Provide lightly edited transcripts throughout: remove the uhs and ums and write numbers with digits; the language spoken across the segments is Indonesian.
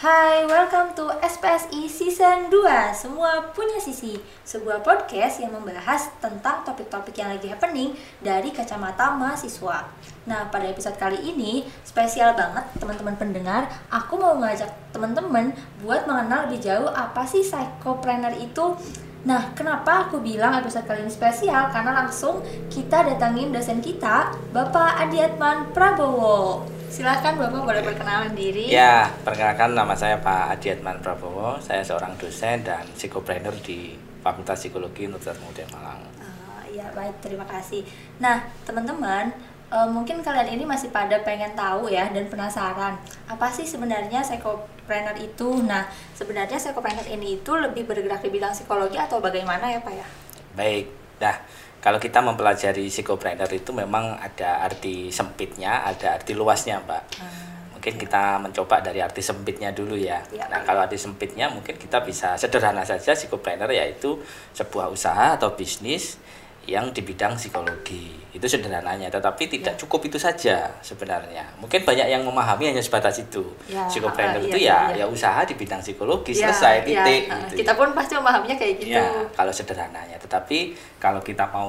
Hai, welcome to SPSI Season 2. Semua punya sisi. Sebuah podcast yang membahas tentang topik-topik yang lagi happening dari kacamata mahasiswa. Nah, pada episode kali ini spesial banget teman-teman pendengar. Aku mau ngajak teman-teman buat mengenal lebih jauh apa sih psychopreneur itu. Nah, kenapa aku bilang episode kali ini spesial? Karena langsung kita datangin dosen kita, Bapak Adiatman Prabowo. Silakan Bapak boleh perkenalan diri. Ya, perkenalkan nama saya Pak Adiatman Prabowo. Saya seorang dosen dan psychopreneur di Fakultas Psikologi Universitas Muhammadiyah Malang. Ya, baik, terima kasih. Nah, teman-teman, mungkin kalian ini masih pada pengen tahu ya dan penasaran apa sih sebenarnya psychopreneur itu. Nah, sebenarnya psychopreneur ini itu lebih bergerak di bidang psikologi atau bagaimana ya Pak ya? Baik, kalau kita mempelajari psychopreneur itu memang ada arti sempitnya, ada arti luasnya, Mbak. Mungkin kita mencoba dari arti sempitnya dulu ya. Nah, kalau arti sempitnya mungkin kita bisa sederhana saja, psychopreneur yaitu sebuah usaha atau bisnis yang di bidang psikologi. Itu sederhananya, tetapi tidak cukup itu saja sebenarnya. Mungkin banyak yang memahami hanya sebatas itu. Psychopreneur itu ya usaha di bidang psikologi, selesai, titik. Gitu. Kita pun pasti memahaminya kayak gitu. Ya, kalau sederhananya. Tetapi kalau kita mau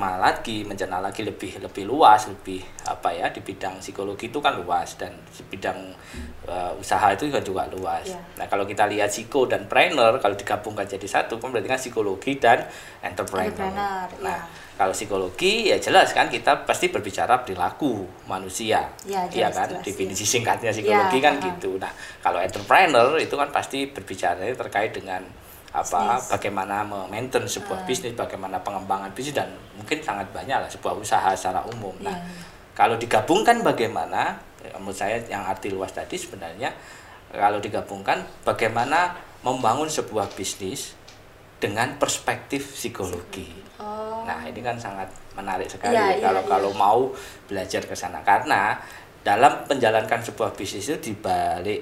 mencerna lagi lebih luas, lebih di bidang psikologi itu kan luas, dan di bidang usaha itu juga luas. Nah, kalau kita lihat psiko dan planner, kalau digabungkan jadi satu, kan berarti kan psikologi dan entrepreneur. Nah, kalau psikologi ya jelas kan kita pasti berbicara perilaku manusia, ya kan, jelas, definisi singkatnya psikologi kan gitu. Nah, kalau entrepreneur itu kan pasti berbicara terkait dengan bagaimana memaintain sebuah bisnis, bagaimana pengembangan bisnis, dan mungkin sangat banyak lah sebuah usaha secara umum. Nah, kalau digabungkan bagaimana, menurut saya yang arti luas tadi sebenarnya kalau digabungkan bagaimana membangun sebuah bisnis dengan perspektif psikologi. Nah, ini kan sangat menarik sekali kalau mau belajar ke sana, karena dalam menjalankan sebuah bisnis itu dibalik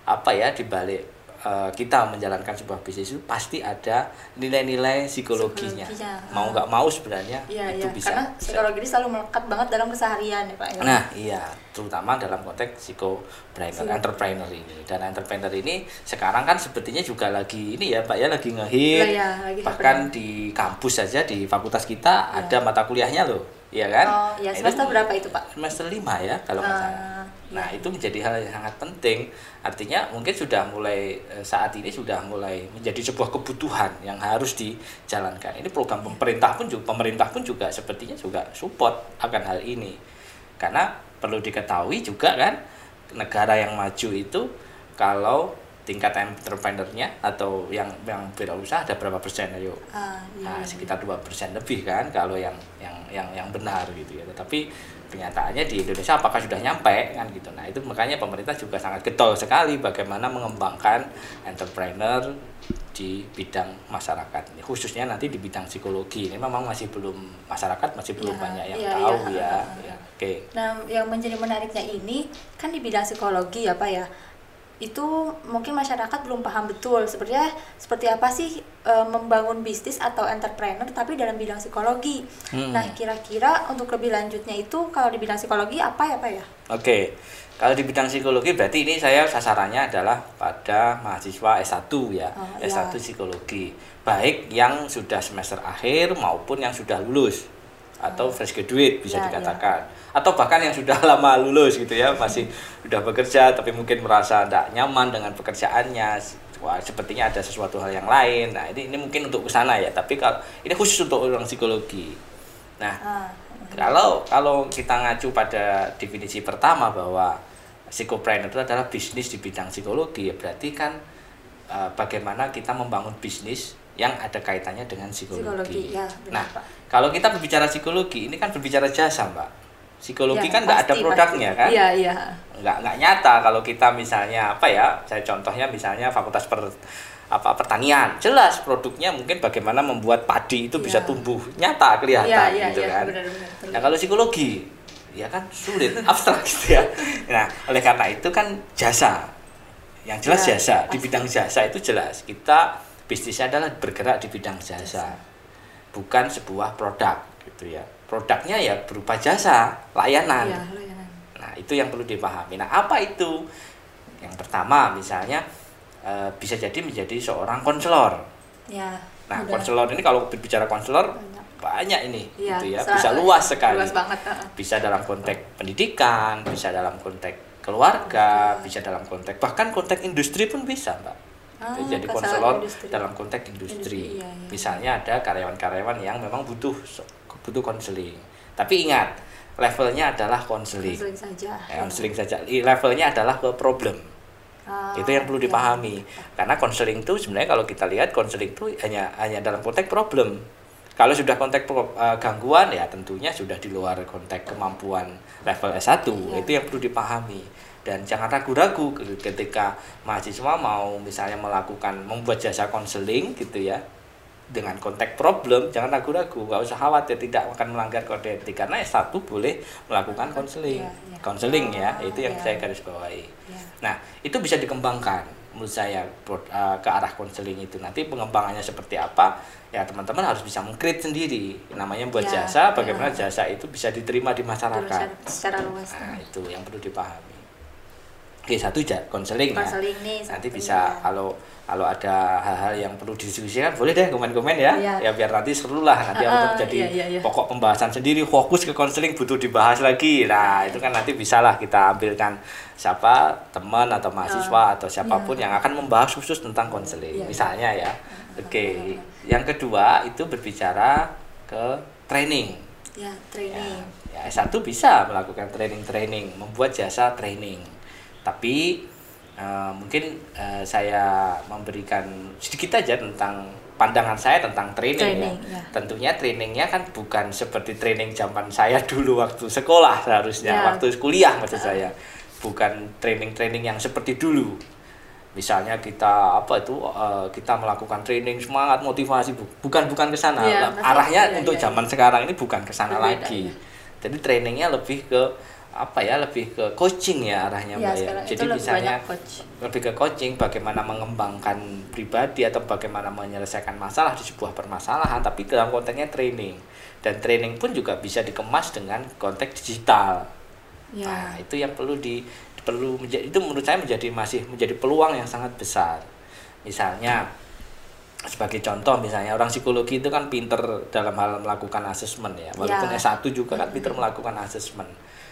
kita menjalankan sebuah bisnis itu pasti ada nilai-nilai psikologinya. Mau nggak mau sebenarnya itu bisa. Karena psikologi ini selalu melekat banget dalam keseharian ya Pak. Nah, iya, terutama dalam konteks entrepreneur ini. Dan entrepreneur ini sekarang kan sepertinya juga lagi ini ya Pak ya, lagi ngehit. Bahkan di kampus saja di fakultas kita ada mata kuliahnya loh. Iya kan? Semester berapa itu Pak? Semester 5 ya kalau nggak salah. Nah, itu menjadi hal yang sangat penting. Artinya mungkin saat ini sudah mulai menjadi sebuah kebutuhan yang harus dijalankan. Ini program pemerintah pun juga sepertinya juga support akan hal ini. Karena perlu diketahui juga kan, negara yang maju itu kalau tingkat entrepreneur-nya atau yang berwirausaha ada berapa persen, ayo? Sekitar 2% lebih kan kalau yang benar gitu ya. Tetapi kenyataannya di Indonesia apakah sudah nyampe kan gitu. Nah, itu makanya pemerintah juga sangat getol sekali bagaimana mengembangkan entrepreneur di bidang masyarakat. Khususnya nanti di bidang psikologi. Ini memang masyarakat masih belum banyak yang tahu ya. Oke. Nah, yang menjadi menariknya ini kan di bidang psikologi ya Pak ya. Itu mungkin masyarakat belum paham betul seperti apa sih membangun bisnis atau entrepreneur tapi dalam bidang psikologi. Nah, kira-kira untuk lebih lanjutnya itu kalau di bidang psikologi apa ya Pak ya? Oke. Kalau di bidang psikologi berarti ini saya sasarannya adalah pada mahasiswa S1 ya. S1 psikologi. Baik yang sudah semester akhir maupun yang sudah lulus atau fresh graduate bisa dikatakan. Atau bahkan yang sudah lama lulus gitu ya, masih sudah bekerja tapi mungkin merasa tidak nyaman dengan pekerjaannya. Wah, sepertinya ada sesuatu hal yang lain. Nah, ini mungkin untuk ke sana ya, tapi kalau ini khusus untuk orang psikologi. Nah, kalau kita ngacu pada definisi pertama bahwa psychopreneur itu adalah bisnis di bidang psikologi, ya berarti kan bagaimana kita membangun bisnis yang ada kaitannya dengan psikologi. Nah, kalau kita berbicara psikologi, ini kan berbicara jasa, Mbak. Psikologi kan nggak ada produknya kan? Nggak nyata kalau kita misalnya saya contohnya misalnya fakultas pertanian, jelas produknya mungkin bagaimana membuat padi itu bisa tumbuh nyata kelihatan kan. Benar. Nah, kalau psikologi ya kan sulit, abstrak gitu ya. Nah, oleh karena itu kan jasa, yang jelas jasa di bidang jasa itu jelas kita bisnisnya adalah bergerak di bidang jasa, bukan sebuah produk gitu ya. Produknya ya berupa jasa, layanan. Nah, itu yang perlu dipahami. Nah, apa itu Yang pertama misalnya bisa jadi menjadi seorang konselor. Ya. Nah, konselor ini kalau berbicara konselor banyak ini, ya, gitu ya, bisa luas sekali. Luas banget. Bisa dalam konteks pendidikan, bisa dalam konteks keluarga, bisa dalam konteks bahkan konteks industri pun bisa, Mbak. Jadi konselor dalam konteks industri. Ya. Misalnya ada karyawan-karyawan yang memang butuh konseling. Tapi ingat, levelnya adalah konseling. Konseling saja. Levelnya adalah ke problem. Itu yang perlu dipahami. Karena konseling itu sebenarnya kalau kita lihat konseling itu hanya dalam konteks problem. Kalau sudah konteks gangguan ya tentunya sudah di luar konteks kemampuan level S1. Itu yang perlu dipahami. Dan jangan ragu-ragu ketika mahasiswa mau misalnya membuat jasa konseling gitu ya. Dengan konteks problem, jangan ragu-ragu, nggak usah khawatir tidak akan melanggar kode etik karena S1 boleh melakukan konseling. Konseling ya, itu yang saya garis bawahi. Nah, itu bisa dikembangkan menurut saya ke arah konseling itu. Nanti pengembangannya seperti apa? Ya, teman-teman harus bisa meng-create sendiri. Namanya buat jasa, bagaimana jasa itu bisa diterima di masyarakat. Secara luas. Nah, itu yang perlu dipahami. Oke, satu konseling ya. Nih, nanti bisa kalau ada hal-hal yang perlu didiskusikan boleh deh komen-komen ya. Ya biar nanti seru lah nanti untuk jadi pokok pembahasan sendiri, fokus ke konseling butuh dibahas lagi. Nah, itu kan nanti bisalah kita ambilkan siapa teman atau mahasiswa atau siapapun yang akan membahas khusus tentang konseling. Misalnya ya. Oke. Yang kedua itu berbicara ke training. Ya, training. Ya, S1 bisa melakukan training, membuat jasa training. Tapi mungkin saya memberikan sedikit aja tentang pandangan saya tentang training ya. Tentunya trainingnya kan bukan seperti training zaman saya dulu waktu sekolah seharusnya, waktu kuliah maksud saya. Bukan training yang seperti dulu. Misalnya kita kita melakukan training semangat motivasi, bukan ke sana. Arahnya untuk zaman sekarang ini bukan ke sana lagi. Jadi trainingnya lebih ke lebih ke coaching ya arahnya Mbak ya. Jadi misalnya lebih ke coaching bagaimana mengembangkan pribadi atau bagaimana menyelesaikan masalah di sebuah permasalahan tapi dalam konteksnya training. Dan training pun juga bisa dikemas dengan konteks digital. Nah, itu yang perlu menjadi, itu menurut saya masih menjadi peluang yang sangat besar. Misalnya sebagai contoh misalnya orang psikologi itu kan pinter dalam hal melakukan asesmen ya. Walaupun S1 juga kan pinter melakukan asesmen.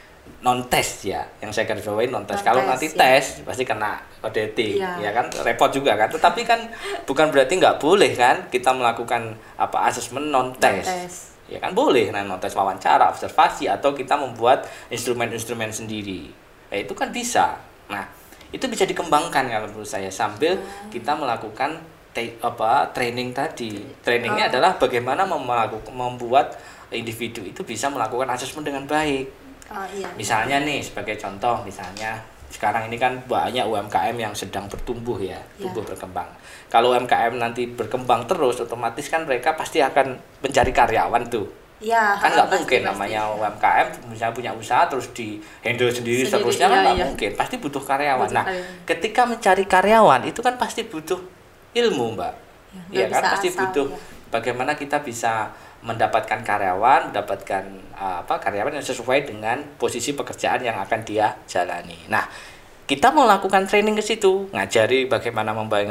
Non-tes ya, yang saya garis bawahi non-tes. Kalau nanti tes pasti kena kode etik, ya kan repot juga kan. Tetapi kan bukan berarti nggak boleh kan kita melakukan asesmen non-tes. Ya kan boleh, non-tes wawancara, observasi atau kita membuat instrumen-instrumen sendiri. Ya itu kan bisa. Nah, itu bisa dikembangkan kalau menurut saya sambil kita melakukan training tadi. Trainingnya adalah bagaimana membuat individu itu bisa melakukan asesmen dengan baik. Misalnya nih sebagai contoh, misalnya sekarang ini kan banyak UMKM yang sedang bertumbuh ya, tumbuh berkembang. Kalau UMKM nanti berkembang terus, otomatis kan mereka pasti akan mencari karyawan tuh. Kan nggak mungkin namanya UMKM misalnya punya usaha terus di handle sendiri seterusnya kan nggak mungkin, pasti butuh karyawan. Nah, ketika mencari karyawan itu kan pasti butuh ilmu Mbak, ya kan pasti butuh bagaimana kita bisa mendapatkan karyawan yang sesuai dengan posisi pekerjaan yang akan dia jalani. Nah, kita melakukan training ke situ, ngajari bagaimana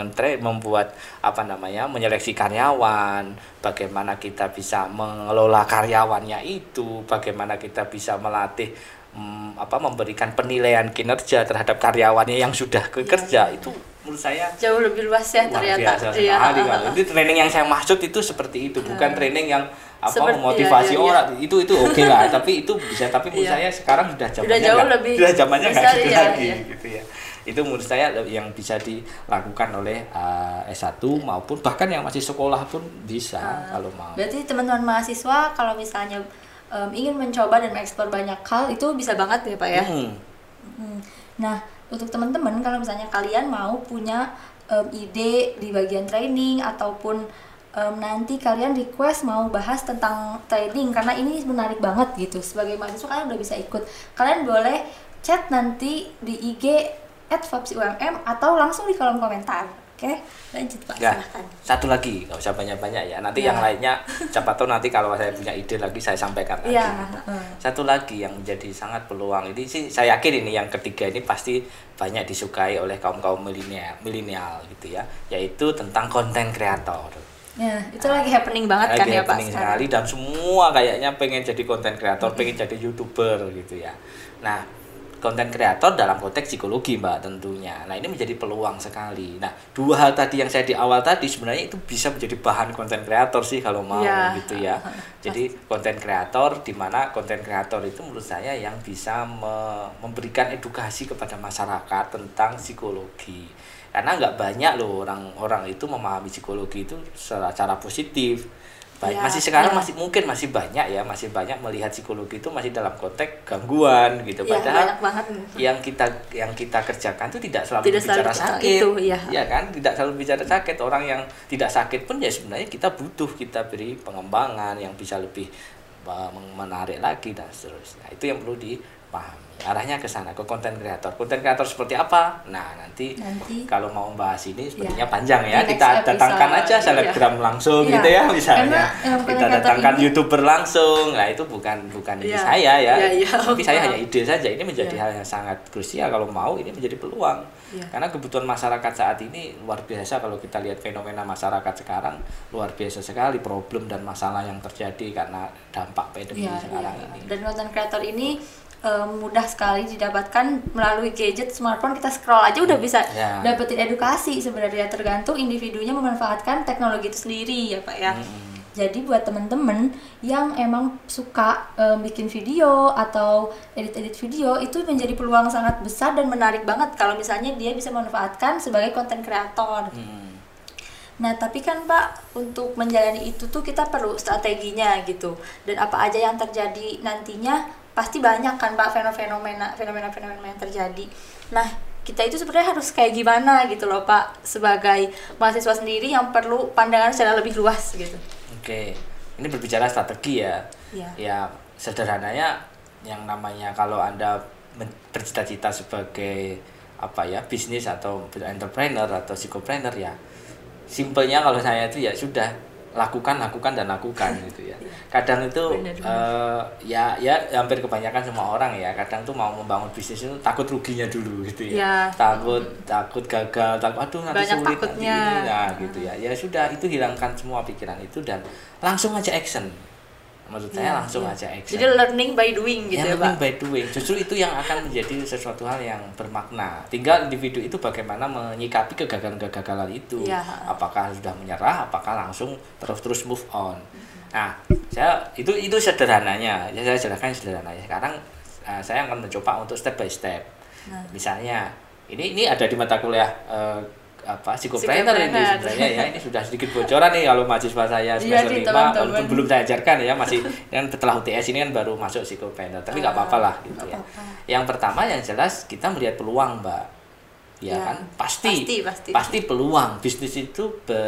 menyeleksi karyawan, bagaimana kita bisa mengelola karyawannya itu, bagaimana kita bisa melatih memberikan penilaian kinerja terhadap karyawannya yang sudah bekerja. Itu menurut saya jauh lebih luas ya ternyata. Itu training yang saya maksud itu seperti itu, bukan training yang memotivasi orang. Itu oke lah, tapi itu bisa, tapi menurut saya sekarang sudah zamannya nggak gitu lagi gitu ya. Itu menurut saya yang bisa dilakukan oleh S1 maupun bahkan yang masih sekolah pun bisa kalau mau. Berarti teman-teman mahasiswa kalau misalnya ingin mencoba dan mengeksplor banyak hal itu bisa banget ya Pak ya. Nah, untuk teman-teman kalau misalnya kalian mau punya ide di bagian training ataupun nanti kalian request mau bahas tentang training karena ini menarik banget gitu, sebagai mahasiswa kalian udah bisa ikut, kalian boleh chat nanti di IG @fapsiumm atau langsung di kolom komentar. Oke, lanjut Pak, Ya, silahkan. satu lagi, nggak usah banyak-banyak ya. Nanti Ya. yang lainnya, siapa tahu nanti kalau saya punya ide lagi saya sampaikan lagi. Iya. Satu lagi yang menjadi sangat peluang ini sih, saya yakin ini yang ketiga ini pasti banyak disukai oleh kaum milenial gitu ya, yaitu tentang konten kreator. Ya, itu lagi happening banget kan Lagi ya Pak happening sekarang. sekali dan semua kayaknya pengen jadi konten kreator, pengen jadi YouTuber gitu ya. Nah, konten kreator dalam konteks psikologi Mbak tentunya. Nah, ini menjadi peluang sekali. Nah, dua hal tadi yang saya di awal tadi sebenarnya itu bisa menjadi bahan konten kreator sih kalau mau Ya. gitu ya. Jadi konten kreator, di mana konten kreator itu menurut saya yang bisa memberikan edukasi kepada masyarakat tentang psikologi. Karena nggak banyak loh orang-orang itu memahami psikologi itu secara positif. Baik, Ya, masih sekarang ya. masih banyak ya, masih banyak melihat psikologi itu masih dalam konteks gangguan gitu. Ya, Padahal banyak banget. yang kita kerjakan itu tidak selalu Tidak bicara selalu tentang sakit. itu, ya. Ya kan, tidak selalu bicara sakit. Orang yang tidak sakit pun ya sebenarnya kita butuh, kita beri pengembangan yang bisa lebih menarik lagi dan seterusnya. Itu yang perlu dipahami. Arahnya ke sana, ke konten kreator. Konten kreator seperti apa? Nah, nanti kalau mau membahas ini sepertinya panjang ya. Di Kita next datangkan episode. aja selebgram langsung Iya. gitu ya misalnya. Karena, Kita konten datangkan kreator ini- YouTuber langsung. Nah, itu bukan ide Iya. saya ya. Iya, Tapi saya paham. hanya ide saja. Ini menjadi Iya. hal yang sangat krusial kalau mau ini menjadi peluang. Iya. Karena kebutuhan masyarakat saat ini luar biasa. Kalau kita lihat fenomena masyarakat sekarang luar biasa sekali problem dan masalah yang terjadi karena dampak pandemi Iya, sekarang iya. ini. Dan konten kreator ini mudah sekali didapatkan melalui gadget smartphone. Kita scroll aja udah bisa Ya. dapetin edukasi. Sebenarnya tergantung individunya memanfaatkan teknologi itu sendiri ya Pak ya. Jadi buat temen-temen yang emang suka bikin video atau edit-edit video, itu menjadi peluang sangat besar dan menarik banget kalau misalnya dia bisa memanfaatkan sebagai konten kreator. Nah, tapi kan Pak, untuk menjalani itu tuh kita perlu strateginya gitu. Dan apa aja yang terjadi nantinya pasti banyak kan Pak fenomena yang terjadi. Nah, kita itu sebenarnya harus kayak gimana gitu loh Pak, sebagai mahasiswa sendiri yang perlu pandangan secara lebih luas gitu. Oke, ini berbicara strategi ya. Iya. Ya, sederhananya yang namanya kalau Anda bercita-cita sebagai bisnis atau entrepreneur atau psychopreneur ya. Simpelnya kalau saya itu ya sudah lakukan gitu ya. Kadang itu ya hampir kebanyakan semua orang ya. Kadang tuh mau membangun bisnis itu takut ruginya dulu gitu ya. Takut gagal, aduh nanti banyak sulit takutnya. nanti ini nah gitu ya. Ya sudah, itu hilangkan semua pikiran itu dan langsung aja action. Maksud saya langsung aja action. Jadi learning by doing gitu ya Learning Pak. by doing. Justru itu yang akan menjadi sesuatu hal yang bermakna. Tinggal individu itu bagaimana menyikapi kegagalan-kegagalan itu. Ya. Apakah sudah menyerah, apakah langsung terus move on. Nah, itu sederhananya. Ya, saya jelaskan sederhananya. Sekarang saya akan mencoba untuk step by step. Misalnya, ini ada di mata kuliah psikopreneur ini sebenarnya ya. Ini sudah sedikit bocoran nih kalau mahasiswa saya semester 5 walaupun belum saya ajarkan ya, masih kan setelah UTS ini kan baru masuk psikopreneur, tapi nggak apa-apa lah gitu ya. Yang pertama yang jelas kita melihat peluang Mbak, ya kan pasti peluang bisnis itu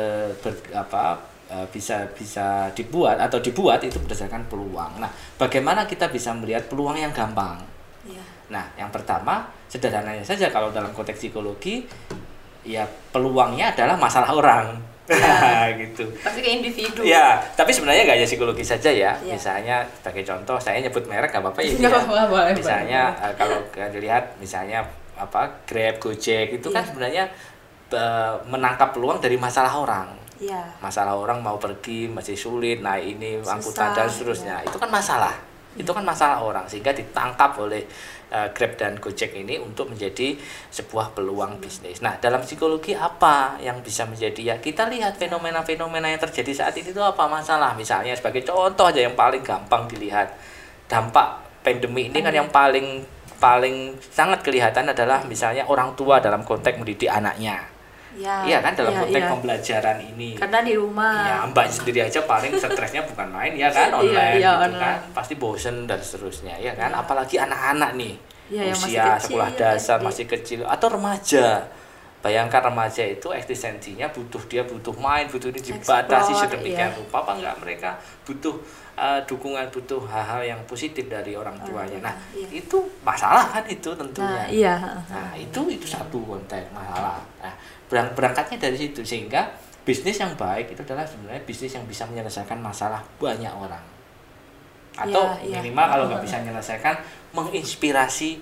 bisa dibuat itu berdasarkan peluang. Nah, bagaimana kita bisa melihat peluang yang gampang? Nah, yang pertama sederhananya saja kalau dalam konteks psikologi ya peluangnya adalah masalah orang. Gitu. Pasti ke individu. Ya, tapi sebenarnya nggak hanya psikologi saja ya. Misalnya sebagai contoh, saya nyebut merek nggak apa-apa ya. Boleh, misalnya kalau kalian lihat misalnya Grab, Gojek itu kan sebenarnya menangkap peluang dari masalah orang. Masalah orang mau pergi masih sulit, nah ini angkutan dan seterusnya. Itu kan masalah. Itu kan masalah orang, sehingga ditangkap oleh Grab dan Gojek ini untuk menjadi sebuah peluang bisnis. Nah, dalam psikologi apa yang bisa menjadi ya kita lihat fenomena-fenomena yang terjadi saat ini itu apa masalah. Misalnya sebagai contoh aja yang paling gampang dilihat, dampak pandemi ini kan yang paling sangat kelihatan adalah misalnya orang tua dalam konteks mendidik anaknya. Iya kan, dalam konteks pembelajaran ini. Karena di rumah. Ya, Mbak sendiri aja paling stresnya bukan main ya kan, online gitu kan. Pasti bosen dan seterusnya ya kan. Apalagi anak-anak nih. Usia sekolah dasar masih kecil atau remaja. bayangkan remaja itu eksistensinya dia butuh main, butuh ini dibatasi sedemikian rupa. Apa enggak mereka butuh dukungan, butuh hal-hal yang positif dari orang tuanya. Nah, itu masalah kan itu tentunya. Nah, itu satu konteks masalah. Nah, berangkatnya dari situ, sehingga bisnis yang baik itu adalah sebenarnya bisnis yang bisa menyelesaikan masalah banyak orang. Atau minimal kalau nggak bisa menyelesaikan, menginspirasi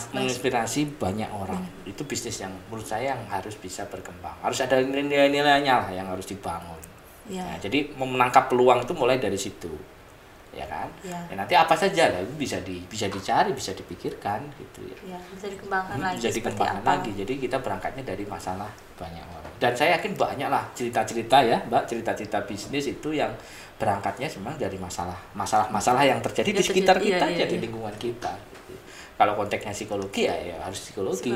banyak orang. Itu bisnis yang menurut saya yang harus bisa berkembang. Harus ada nilai-nilainya lah yang harus dibangun. Nah, jadi menangkap peluang itu mulai dari situ, ya kan? Ya, nanti apa saja lah bisa dicari, bisa dipikirkan gitu ya. Bisa dikembangkan lagi. Bisa dikembangkan lagi. Jadi kita berangkatnya dari masalah banyak orang. Dan saya yakin banyak lah cerita-cerita ya, Mbak, cerita-cerita bisnis itu yang berangkatnya memang dari masalah yang terjadi di sekitar kita aja, di lingkungan kita. Gitu. Kalau konteksnya psikologi ya harus psikologi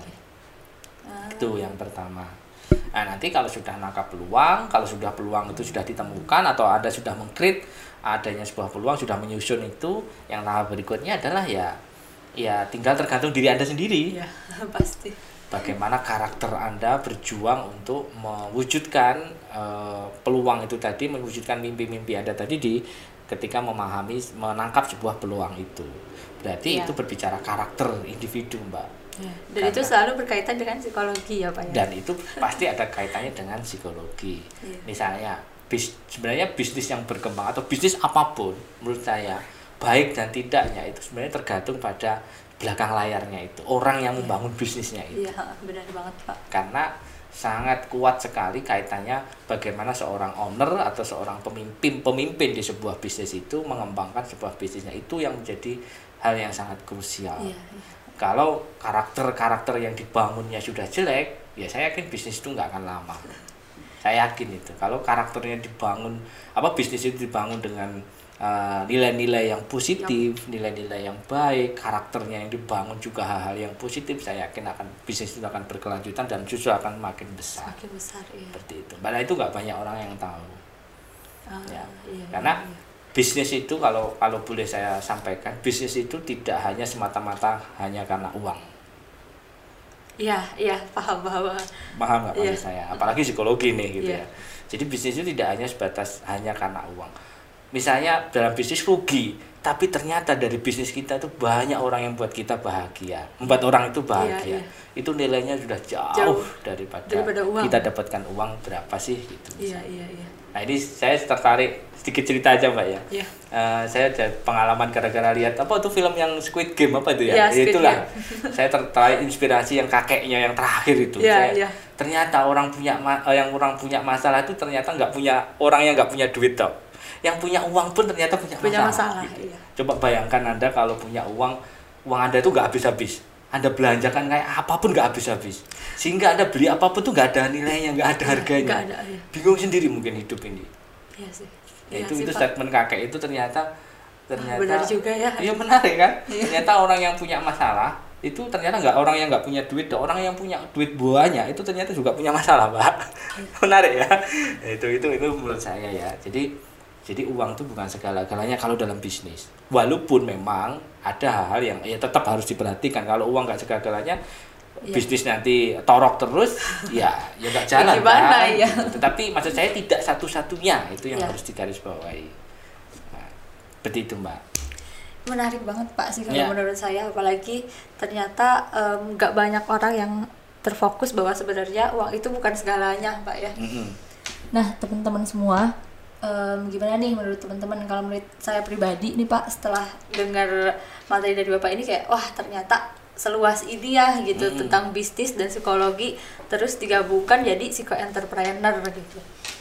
itu yang pertama. Nah, nanti kalau sudah nangkap peluang, kalau sudah peluang itu sudah ditemukan atau ada sudah mengkrit adanya sebuah peluang, sudah menyusun itu, yang tahap berikutnya adalah ya tinggal tergantung diri Anda sendiri. Iya, pasti. Bagaimana karakter Anda berjuang untuk mewujudkan peluang itu tadi, mewujudkan mimpi-mimpi Anda tadi ketika menangkap sebuah peluang itu. Berarti itu berbicara karakter individu, Mbak. Dan itu selalu berkaitan dengan psikologi ya Pak ya? Dan itu pasti ada kaitannya dengan psikologi. Misalnya, sebenarnya bisnis yang berkembang atau bisnis apapun, menurut saya, baik dan tidaknya itu sebenarnya tergantung pada belakang layarnya itu, orang yang membangun bisnisnya itu. Iya, benar banget Pak. Karena sangat kuat sekali kaitannya bagaimana seorang owner atau seorang pemimpin di sebuah bisnis itu mengembangkan sebuah bisnisnya, itu yang menjadi hal yang sangat krusial. Kalau karakter yang dibangunnya sudah jelek, ya saya yakin bisnis itu nggak akan lama. Saya yakin itu. Kalau karakternya dibangun, bisnis itu dibangun dengan nilai-nilai yang positif, nilai-nilai yang baik, karakternya yang dibangun juga hal-hal yang positif, saya yakin bisnis itu akan berkelanjutan dan justru akan makin besar. Makin besar, iya. Seperti itu. Padahal itu nggak banyak orang yang tahu. Karena bisnis itu kalau boleh saya sampaikan, bisnis itu tidak hanya semata-mata hanya karena uang. Iya, paham. Paham nggak maksud saya? Apalagi psikologi nih gitu ya. Jadi bisnis itu tidak hanya sebatas hanya karena uang. Misalnya dalam bisnis rugi, tapi ternyata dari bisnis kita itu banyak orang yang buat kita bahagia, membuat orang itu bahagia. Itu nilainya sudah jauh daripada uang. Kita dapatkan uang berapa sih gitu. Iya. Nah, ini saya tertarik sedikit cerita aja Mbak ya. Saya ada pengalaman gara-gara lihat itu film yang Squid Game itu ya. Itulah. Saya tertarik inspirasi yang kakeknya yang terakhir itu. Ternyata orang punya masalah itu ternyata orang yang nggak punya duit toh. Yang punya uang pun ternyata punya masalah gitu. Coba bayangkan Anda kalau punya uang Anda itu nggak habis-habis. Anda belanjakan kayak apapun nggak habis-habis. Sehingga Anda beli apapun tuh nggak ada nilainya, nggak ada harganya. Bingung sendiri mungkin hidup ini. Iya sih. Itu statement kakek itu ternyata benar juga ya. Iya, menarik kan? Ternyata orang yang punya masalah itu ternyata orang yang nggak punya duit, orang yang punya duit banyak itu ternyata juga punya masalah, Pak. Menarik ya. Itu menurut saya ya. Jadi uang itu bukan segala-galanya kalau dalam bisnis. Walaupun memang ada hal-hal yang tetap harus diperhatikan. Kalau uang nggak segala-galanya, bisnis nanti torok terus, ya nggak jalan. Kan? Tetapi maksud saya tidak satu-satunya, itu yang harus digarisbawahi. Nah, seperti itu Mbak. Menarik banget Pak sih kalau menurut saya, apalagi ternyata nggak banyak orang yang terfokus bahwa sebenarnya uang itu bukan segalanya Pak ya. Nah teman-teman semua, gimana nih menurut teman-teman? Kalau menurut saya pribadi nih Pak, setelah dengar materi dari Bapak ini kayak wah ternyata seluas ini ya gitu tentang bisnis dan psikologi, terus digabungkan jadi psiko-entrepreneur gitu.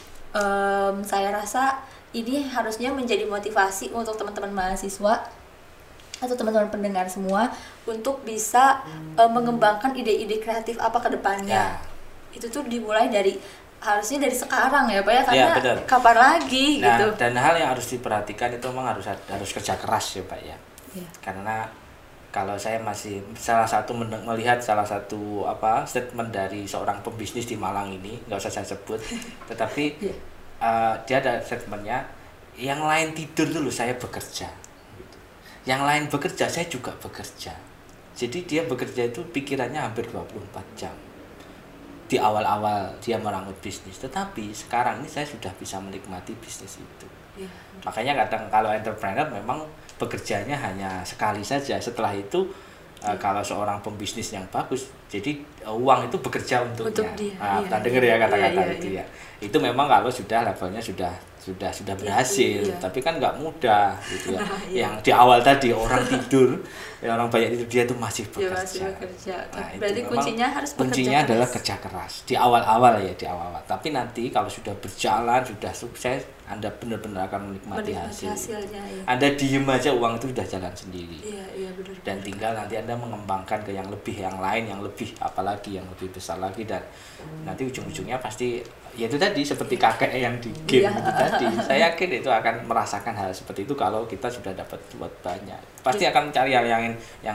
Saya rasa ini harusnya menjadi motivasi untuk teman-teman mahasiswa atau teman-teman pendengar semua untuk bisa mengembangkan ide-ide kreatif apa ke depannya. Itu tuh dimulai harusnya dari sekarang ya Pak ya, karena kapan lagi gitu. Dan hal yang harus diperhatikan itu memang harus kerja keras ya Pak ya. Karena kalau saya masih melihat salah satu statement dari seorang pembisnis di Malang ini, nggak usah saya sebut, tetapi dia ada statementnya, yang lain tidur dulu saya bekerja, gitu. Yang lain bekerja saya juga bekerja. Jadi dia bekerja itu pikirannya hampir 24 jam. di awal-awal dia merangkul bisnis, tetapi sekarang ini saya sudah bisa menikmati bisnis itu. Makanya kadang kalau entrepreneur memang bekerjanya hanya sekali saja, setelah itu kalau seorang pembisnis yang bagus, jadi uang itu bekerja untuknya. Kita dengar ya kata-kata itu ya. Itu memang kalau sudah levelnya sudah berhasil, tapi kan nggak mudah gitu ya. Yang di awal tadi orang tidur, orang banyak tidur, dia tuh masih bekerja. Berarti kuncinya adalah kerja keras di awal-awal ya, di awal-awal. Tapi nanti kalau sudah berjalan, sudah sukses, Anda benar-benar akan menikmati hasilnya. Anda diem aja, uang itu sudah jalan sendiri. Benar. Dan tinggal nanti Anda mengembangkan ke yang lain, yang lebih apalagi yang lebih besar lagi, dan nanti ujung-ujungnya pasti ya itu tadi seperti kakek yang di game itu tadi. Saya yakin itu akan merasakan hal seperti itu kalau kita sudah dapat buat banyak. Pasti akan mencari yang lain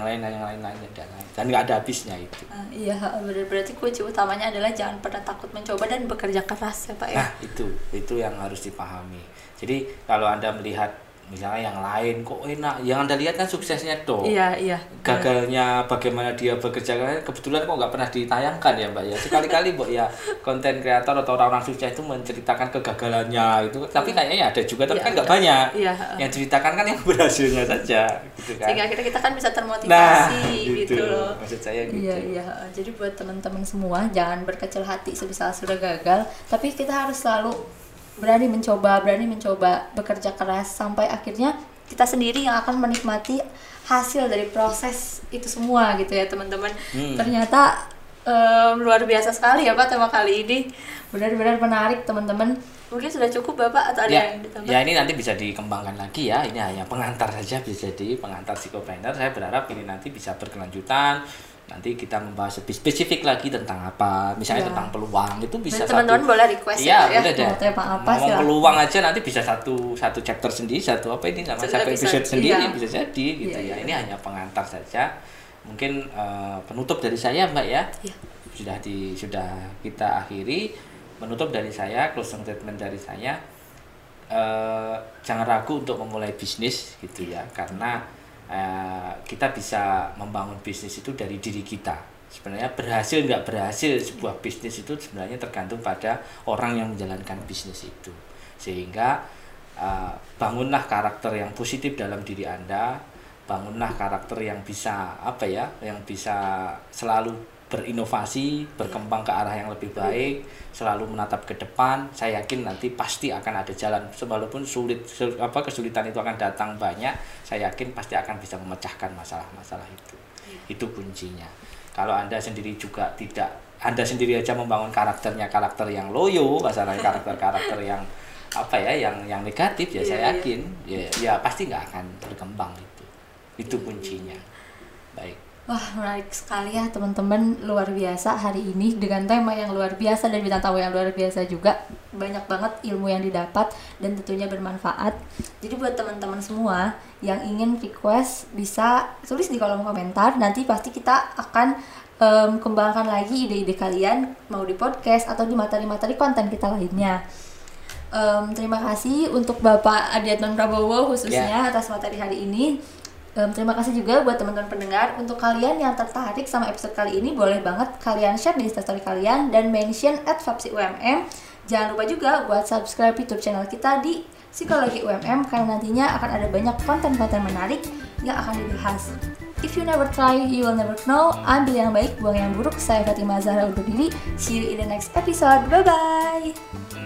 dan nggak ada habisnya itu. Benar. Berarti kunci utamanya adalah jangan pernah takut mencoba dan bekerja keras ya Pak ya. Nah, itu yang harus dipahami. Jadi kalau Anda melihat misalnya yang lain kok enak, yang Anda lihat kan suksesnya toh. Gagalnya bagaimana dia bekerja, kebetulan kok nggak pernah ditayangkan ya Mbak ya. Sekali-kali Mbak ya konten kreator atau orang-orang sukses itu menceritakan kegagalannya itu, tapi kayaknya ada juga, tapi kan nggak banyak. Yang ceritakan kan yang berhasilnya saja gitu kan. Sehingga kita kan bisa termotivasi gitu loh. Maksud saya gitu. Jadi buat teman-teman semua jangan berkecil hati semisal sudah gagal, tapi kita harus selalu berani mencoba bekerja keras sampai akhirnya kita sendiri yang akan menikmati hasil dari proses itu semua gitu ya teman-teman. Ternyata luar biasa sekali ya Pak tema kali ini, benar-benar menarik teman-teman. Mungkin sudah cukup Bapak atau ada yang ditambah? Ya ini nanti bisa dikembangkan lagi ya, ini hanya pengantar saja, bisa jadi pengantar Psychopreneur. Saya berharap ini nanti bisa berkelanjutan. Nanti kita membahas lebih spesifik lagi tentang apa, misalnya tentang peluang, itu bisa teman-teman boleh request boleh deh. Ngomong peluang aja nanti bisa satu chapter sendiri, satu episode sendiri bisa jadi gitu ya. Ini hanya pengantar saja. Mungkin penutup dari saya Mbak ya. Sudah kita akhiri. Penutup dari saya, closing statement dari saya, jangan ragu untuk memulai bisnis gitu ya, karena kita bisa membangun bisnis itu dari diri kita. Sebenarnya berhasil nggak berhasil sebuah bisnis itu sebenarnya tergantung pada orang yang menjalankan bisnis itu. Sehingga bangunlah karakter yang positif dalam diri Anda, bangunlah karakter yang bisa yang bisa selalu berinovasi, berkembang ke arah yang lebih baik, selalu menatap ke depan. Saya yakin nanti pasti akan ada jalan, walaupun kesulitan itu akan datang banyak, saya yakin pasti akan bisa memecahkan masalah-masalah itu. Itu kuncinya. Kalau Anda sendiri juga Anda sendiri aja membangun karakter yang loyo, masalah karakter yang yang negatif ya, saya yakin ya pasti nggak akan berkembang itu. Itu kuncinya. Baik. Wah, menarik sekali ya teman-teman, luar biasa hari ini dengan tema yang luar biasa dan bintang tamu yang luar biasa juga. Banyak banget ilmu yang didapat dan tentunya bermanfaat. Jadi buat teman-teman semua yang ingin request bisa tulis di kolom komentar. Nanti pasti kita akan kembangkan lagi ide-ide kalian, mau di podcast atau di materi-materi konten kita lainnya. Terima kasih untuk Bapak Adiatman Prabowo khususnya atas materi hari ini. Terima kasih juga buat teman-teman pendengar. Untuk kalian yang tertarik sama episode kali ini, boleh banget kalian share di Instastory kalian dan mention @fapsiUMM. Jangan lupa juga buat subscribe YouTube channel kita di Psikologi UMM, karena nantinya akan ada banyak konten-konten menarik yang akan dibahas. If you never try, you will never know. Ambil yang baik, buang yang buruk. Saya Fatima Zahra undur diri. See you in the next episode. Bye-bye.